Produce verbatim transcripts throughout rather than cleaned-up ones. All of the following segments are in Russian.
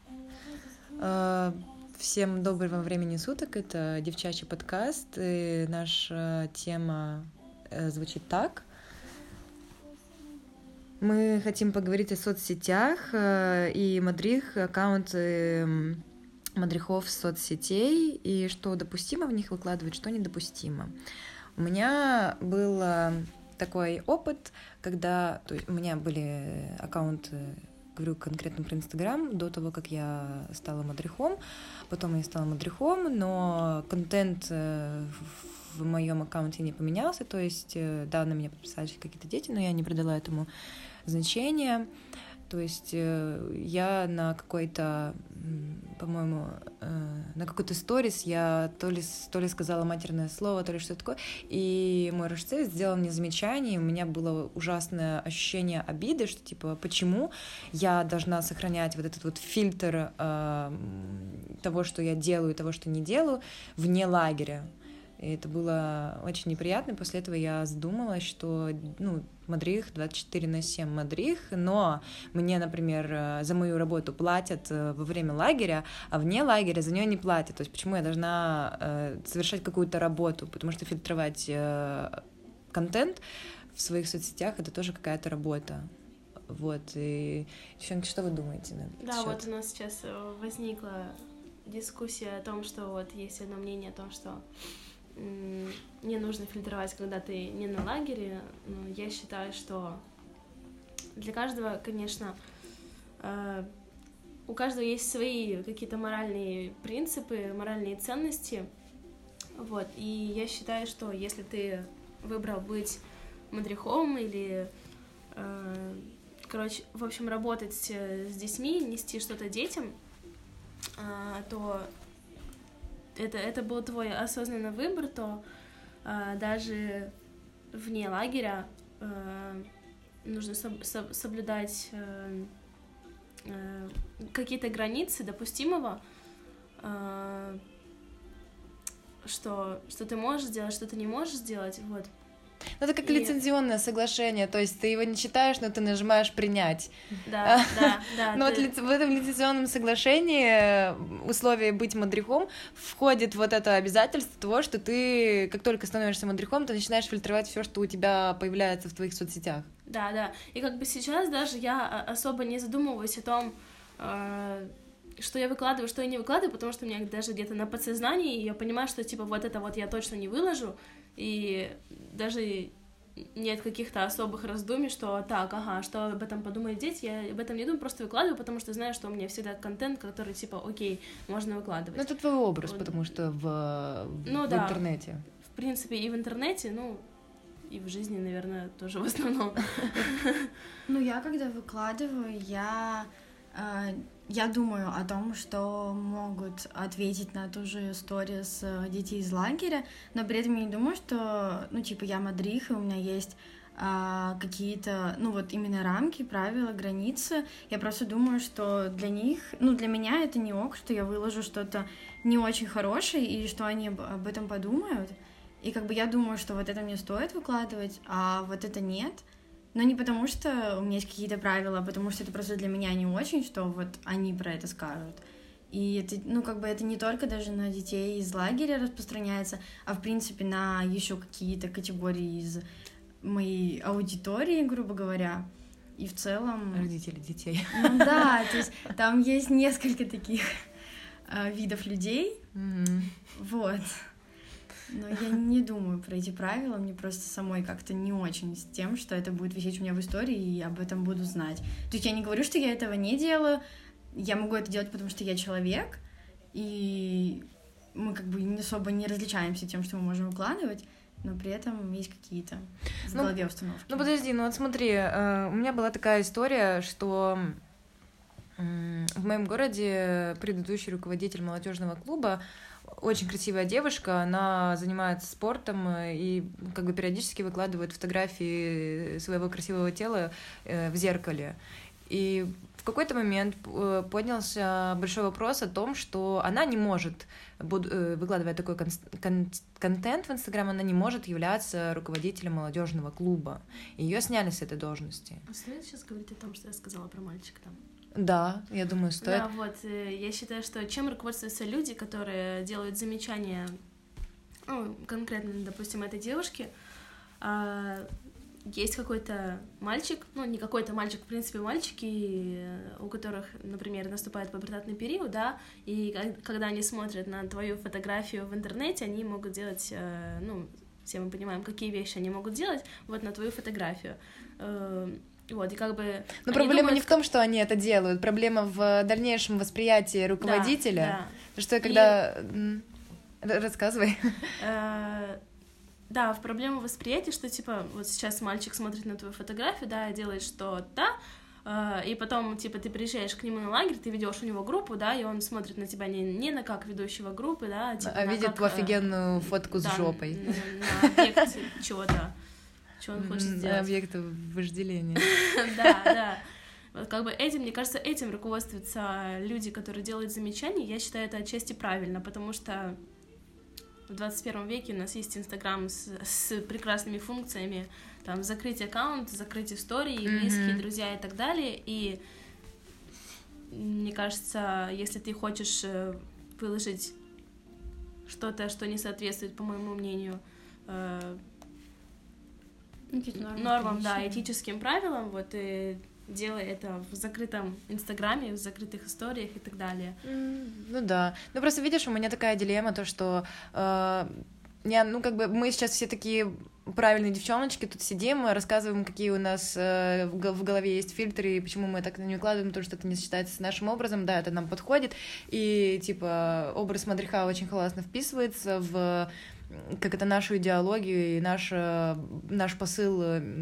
Всем доброго времени суток, это девчачий подкаст, и наша тема звучит так. Мы хотим поговорить о соцсетях и мадрих, аккаунты мадрихов соцсетей, и что допустимо в них выкладывать, что недопустимо. У меня был такой опыт, когда то есть у меня были аккаунты, говорю конкретно про Инстаграм, до того, как я стала мадрихом. Потом я стала мадрихом, но контент в моем аккаунте не поменялся. То есть, да, на меня подписались какие-то дети, но я не придала этому значения. То есть я на какой-то, по-моему, на какой-то сторис я то ли, то ли сказала матерное слово, то ли что-то такое, и мой рашцевец сделал мне замечание, и у меня было ужасное ощущение обиды, что, типа, почему я должна сохранять вот этот вот фильтр э, того, что я делаю, того, что не делаю, вне лагеря. И это было очень неприятно. После этого я задумалась, что, ну, мадрих двадцать четыре на семь мадрих, но мне, например, за мою работу платят во время лагеря, а вне лагеря за нее не платят. То есть почему я должна э, совершать какую-то работу? Потому что фильтровать э, контент в своих соцсетях — это тоже какая-то работа. Вот. И, девчонки, что вы думаете на этот Да, счет? вот у нас сейчас возникла дискуссия о том, что вот есть одно мнение о том, что не нужно фильтровать, когда ты не на лагере. Но я считаю, что для каждого, конечно, у каждого есть свои какие-то моральные принципы, моральные ценности. Вот. И я считаю, что если ты выбрал быть мадрихом или, короче, в общем, работать с детьми, нести что-то детям, то Это, это был твой осознанный выбор, то э, даже вне лагеря э, нужно соб- соб- соблюдать э, э, какие-то границы допустимого, э, что, что ты можешь сделать, что ты не можешь сделать, вот. Ну, это как И... лицензионное соглашение, то есть ты его не читаешь, но ты нажимаешь «принять». Да, да, да. Но ты... в этом лицензионном соглашении условие быть мадрихом входит вот это обязательство того, что ты, как только становишься мадрихом, ты начинаешь фильтровать все, что у тебя появляется в твоих соцсетях. Да, да. И как бы сейчас даже я особо не задумываюсь о том, что я выкладываю, что я не выкладываю, потому что у меня даже где-то на подсознании я понимаю, что типа вот это вот я точно не выложу, и даже нет каких-то особых раздумий, что так, ага, что об этом подумают дети, я об этом не думаю, просто выкладываю, потому что знаю, что у меня всегда контент, который типа, окей, можно выкладывать. Ну, это твой образ, вот. Потому что в, ну, в да, интернете. В принципе, и в интернете, ну, и в жизни, наверное, тоже в основном. Ну, я когда выкладываю, я... Я думаю о том, что могут ответить на ту же историю с детей из лагеря, но при этом я не думаю, что, ну, типа, я мадрих, и у меня есть а, какие-то, ну, вот именно рамки, правила, границы. Я просто думаю, что для них, ну, для меня это не ок, что я выложу что-то не очень хорошее, и что они об этом подумают. И как бы я думаю, что вот это мне стоит выкладывать, а вот это нет. Но не потому, что у меня есть какие-то правила, а потому что это просто для меня не очень, что вот они про это скажут. И это, ну, как бы это не только даже на детей из лагеря распространяется, а в принципе на еще какие-то категории из моей аудитории, грубо говоря. И в целом... Родители детей. Ну да, то есть там есть несколько таких э, видов людей. Mm-hmm. Вот. Но я не думаю про эти правила, мне просто самой как-то не очень с тем, что это будет висеть у меня в истории, и об этом буду знать. То есть я не говорю, что я этого не делаю, я могу это делать, потому что я человек, и мы как бы не особо не различаемся тем, что мы можем выкладывать, но при этом есть какие-то в ну, голове установки. Ну подожди, ну вот смотри, у меня была такая история, что в моем городе предыдущий руководитель молодежного клуба, очень красивая девушка, она занимается спортом и как бы периодически выкладывает фотографии своего красивого тела в зеркале. И в какой-то момент поднялся большой вопрос о том, что она не может, выкладывая такой кон- контент в Инстаграм, она не может являться руководителем молодежного клуба. Ее сняли с этой должности. А стоит сейчас говорить о том, что я сказала про мальчика там? Да, я думаю, стоит. Да, вот, я считаю, что чем руководствуются люди, которые делают замечания, ну, конкретно, допустим, этой девушке, есть какой-то мальчик, ну, не какой-то мальчик, в принципе, мальчики, у которых, например, наступает пубертатный период, да, и когда они смотрят на твою фотографию в интернете, они могут делать, ну, все мы понимаем, какие вещи они могут делать, вот на твою фотографию. Вот, и как бы... Но проблема думают... не в том, что они это делают, проблема в дальнейшем восприятии руководителя. Да, да. Что когда... И... Рассказывай. Да, в проблему восприятия, что, типа, вот сейчас мальчик смотрит на твою фотографию, да, и делает что-то, и потом, типа, ты приезжаешь к нему на лагерь, ты ведешь у него группу, да, и он смотрит на тебя не, не на как ведущего группы, да, типа, а видит как, твою офигенную фотку да, с жопой. На, на объект чего-то, чего он хочет сделать. Объект вожделения. Да, да. Вот как бы этим, мне кажется, этим руководствуются люди, которые делают замечания. Я считаю, это отчасти правильно, потому что в двадцать первом веке у нас есть Инстаграм с, с прекрасными функциями, там, закрыть аккаунт, закрыть истории, близкие, mm-hmm. друзья и так далее, и мне кажется, если ты хочешь выложить что-то, что не соответствует, по моему мнению, нормам, нормам, да, этическим правилам, вот, и делай это в закрытом Инстаграме, в закрытых историях и так далее. Mm, ну да. Ну просто видишь, у меня такая дилемма, то что э, я, ну как бы мы сейчас все такие правильные девчоночки, тут сидим, рассказываем, какие у нас э, в голове есть фильтры, и почему мы так не укладываем, то, что это не сочетается с нашим образом, да, это нам подходит, и типа образ мадриха очень классно вписывается в как это нашу идеологию и наш, наш посыл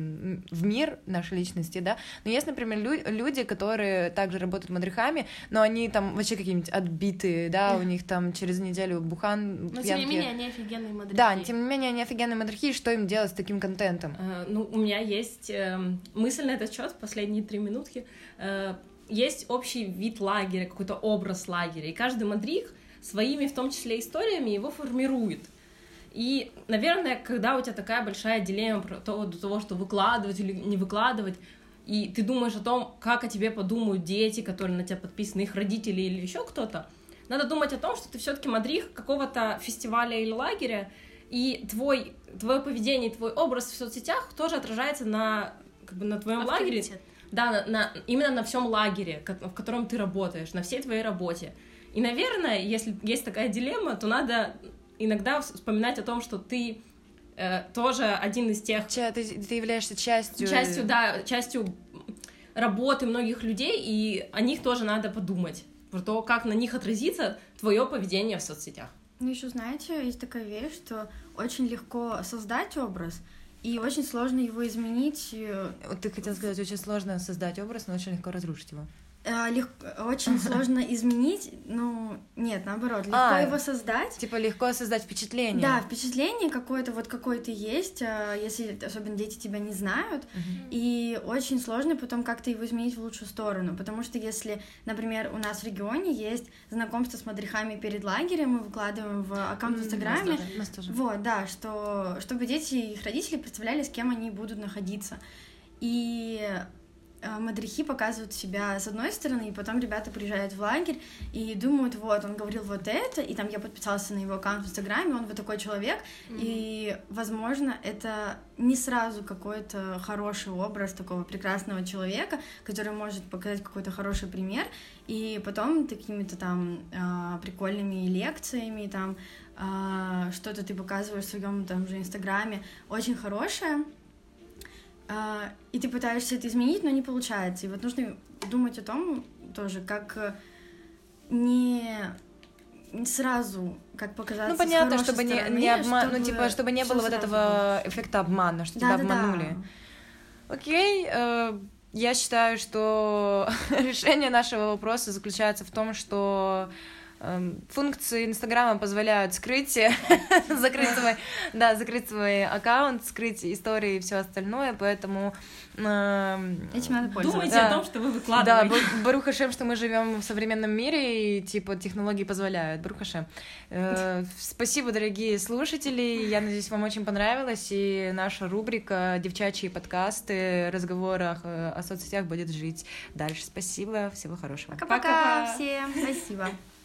в мир, нашей личности, да, но есть, например, лю- люди, которые также работают мадрихами, но они там вообще какие-нибудь отбитые, да, у них там через неделю бухан, но пьянки. тем не менее они офигенные мадрихи. Да, тем не менее они офигенные мадрихи, и что им делать с таким контентом? Uh, ну, у меня есть э, мысль на этот счет, последние три минутки. Uh, есть общий вид лагеря, какой-то образ лагеря, и каждый мадрих своими, в том числе, историями его формирует. И, наверное, когда у тебя такая большая дилемма про то, до того, что выкладывать или не выкладывать, и ты думаешь о том, как о тебе подумают дети, которые на тебя подписаны, их родители или еще кто-то, надо думать о том, что ты все-таки мадрих какого-то фестиваля или лагеря, и твой, твое поведение, твой образ в соцсетях тоже отражается на, как бы, на твоем лагере. Да, на, на, именно на всем лагере, в котором ты работаешь, на всей твоей работе. И, наверное, если есть такая дилемма, то надо иногда вспоминать о том, что ты э, тоже один из тех... Ча, ты, ты являешься частью... Частью, да, частью работы многих людей, и о них тоже надо подумать, про то, как на них отразится твое поведение в соцсетях. Ну, еще, знаете, есть такая вещь, что очень легко создать образ, и очень сложно его изменить. Вот ты хотела сказать, очень сложно создать образ, но очень легко разрушить его. Легко, очень сложно изменить, ну, нет, наоборот, легко а, его создать. Типа легко создать впечатление. Да, впечатление какое-то, вот какое-то есть, если особенно дети тебя не знают, uh-huh. и очень сложно потом как-то его изменить в лучшую сторону, потому что если, например, у нас в регионе есть знакомство с мадрихами перед лагерем, мы выкладываем в аккаунт в Инстаграме, нас тоже, нас тоже. Вот, да, что, чтобы дети и их родители представляли, с кем они будут находиться, и... мадрихи показывают себя с одной стороны, и потом ребята приезжают в лагерь и думают, вот, он говорил вот это, и там я подписался на его аккаунт в Инстаграме, он вот такой человек, mm-hmm. и, возможно, это не сразу какой-то хороший образ такого прекрасного человека, который может показать какой-то хороший пример, и потом какими-то там э, прикольными лекциями, там, э, что-то ты показываешь в своем там же Инстаграме, очень хорошее, Uh, и ты пытаешься это изменить, но не получается. И вот нужно думать о том тоже, как не, не сразу, как показаться. Ну понятно, с чтобы не, стороны, не обман... чтобы... ну типа, чтобы не было вот этого было. Эффекта обмана, что да, тебя да, обманули. Да. Окей, э, я считаю, что решение нашего вопроса заключается в том, что функции Инстаграма позволяют скрыть, закрыть свой, да, закрыть свой аккаунт, скрыть истории и все остальное, поэтому этим надо пользоваться. Думайте да. о том, что вы выкладываете. Да, Барух Ашем, что мы живем в современном мире, и типа технологии позволяют. Барух Ашем. Э, спасибо, дорогие слушатели. Я надеюсь, вам очень понравилось, и наша рубрика «Девчачьи подкасты», разговорах о соцсетях будет жить дальше. Спасибо, всего хорошего. Пока-пока всем. Спасибо.